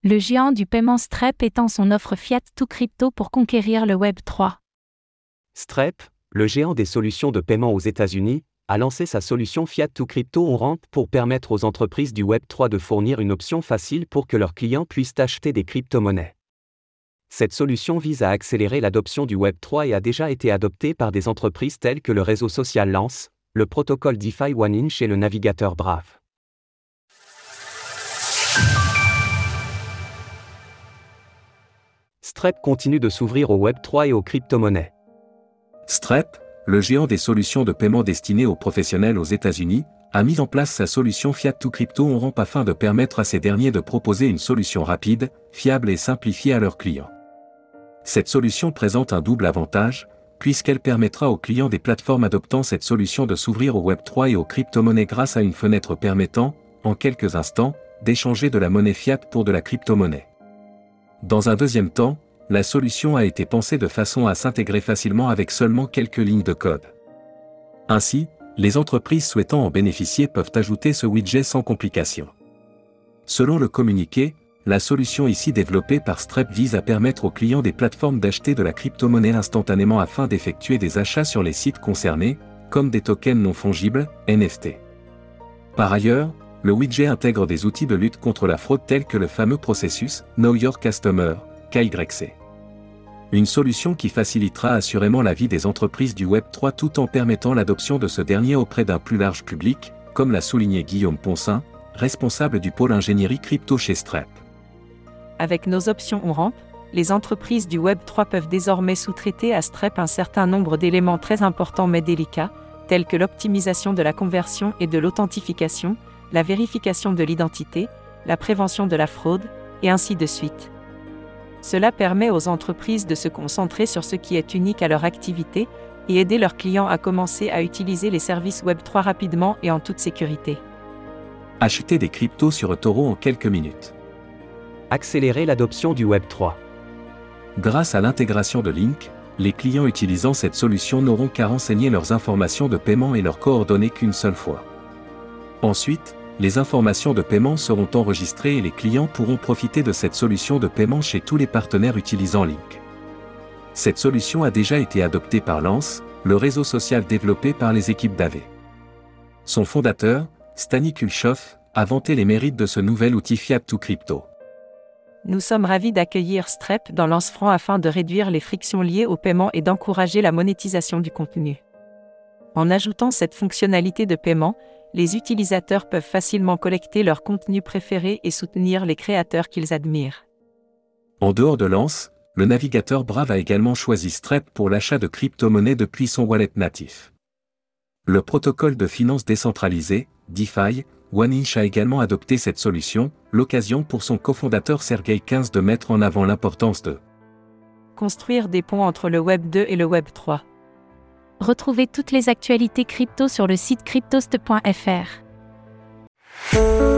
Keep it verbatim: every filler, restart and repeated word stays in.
Le géant du paiement Stripe étend son offre Fiat to Crypto pour conquérir le Web trois. Stripe, le géant des solutions de paiement aux États-Unis, a lancé sa solution Fiat to Crypto on-ramp pour permettre aux entreprises du Web trois de fournir une option facile pour que leurs clients puissent acheter des crypto-monnaies. Cette solution vise à accélérer l'adoption du Web trois et a déjà été adoptée par des entreprises telles que le réseau social Lance, le protocole DeFi OneInch et le navigateur Brave. Stripe continue de s'ouvrir au Web trois et aux crypto-monnaies. Stripe, le géant des solutions de paiement destinées aux professionnels aux États-Unis, a mis en place sa solution Fiat to Crypto on-ramp afin de permettre à ces derniers de proposer une solution rapide, fiable et simplifiée à leurs clients. Cette solution présente un double avantage, puisqu'elle permettra aux clients des plateformes adoptant cette solution de s'ouvrir au Web trois et aux crypto-monnaies grâce à une fenêtre permettant, en quelques instants, d'échanger de la monnaie fiat pour de la crypto-monnaie. Dans un deuxième temps, la solution a été pensée de façon à s'intégrer facilement avec seulement quelques lignes de code. Ainsi, les entreprises souhaitant en bénéficier peuvent ajouter ce widget sans complication. Selon le communiqué, la solution ici développée par Stripe vise à permettre aux clients des plateformes d'acheter de la crypto-monnaie instantanément afin d'effectuer des achats sur les sites concernés, comme des tokens non fongibles, N F T. Par ailleurs, le widget intègre des outils de lutte contre la fraude tels que le fameux processus Know Your Customer, K Y C. Une solution qui facilitera assurément la vie des entreprises du Web trois tout en permettant l'adoption de ce dernier auprès d'un plus large public, comme l'a souligné Guillaume Poncin, responsable du pôle ingénierie crypto chez Stripe. Avec nos options on-ramp, les entreprises du Web trois peuvent désormais sous-traiter à Stripe un certain nombre d'éléments très importants mais délicats, tels que l'optimisation de la conversion et de l'authentification, la vérification de l'identité, la prévention de la fraude, et ainsi de suite. Cela permet aux entreprises de se concentrer sur ce qui est unique à leur activité et aider leurs clients à commencer à utiliser les services Web trois rapidement et en toute sécurité. Acheter des cryptos sur eToro en quelques minutes. Accélérer l'adoption du Web trois. Grâce à l'intégration de Link, les clients utilisant cette solution n'auront qu'à renseigner leurs informations de paiement et leurs coordonnées qu'une seule fois. Ensuite, les informations de paiement seront enregistrées et les clients pourront profiter de cette solution de paiement chez tous les partenaires utilisant Link. Cette solution a déjà été adoptée par Lance, le réseau social développé par les équipes d'A V. Son fondateur, Stani Kulshov, a vanté les mérites de ce nouvel outil Fiat to Crypto. Nous sommes ravis d'accueillir Stripe dans Lancefront afin de réduire les frictions liées au paiement et d'encourager la monétisation du contenu. En ajoutant cette fonctionnalité de paiement, les utilisateurs peuvent facilement collecter leur contenu préféré et soutenir les créateurs qu'ils admirent. En dehors de Lance, le navigateur Brave a également choisi Stripe pour l'achat de crypto-monnaies depuis son wallet natif. Le protocole de finance décentralisée, DeFi, OneInch a également adopté cette solution, l'occasion pour son cofondateur Sergey Kinz de mettre en avant l'importance de construire des ponts entre le Web deux et le Web trois. Retrouvez toutes les actualités crypto sur le site cryptost point f r.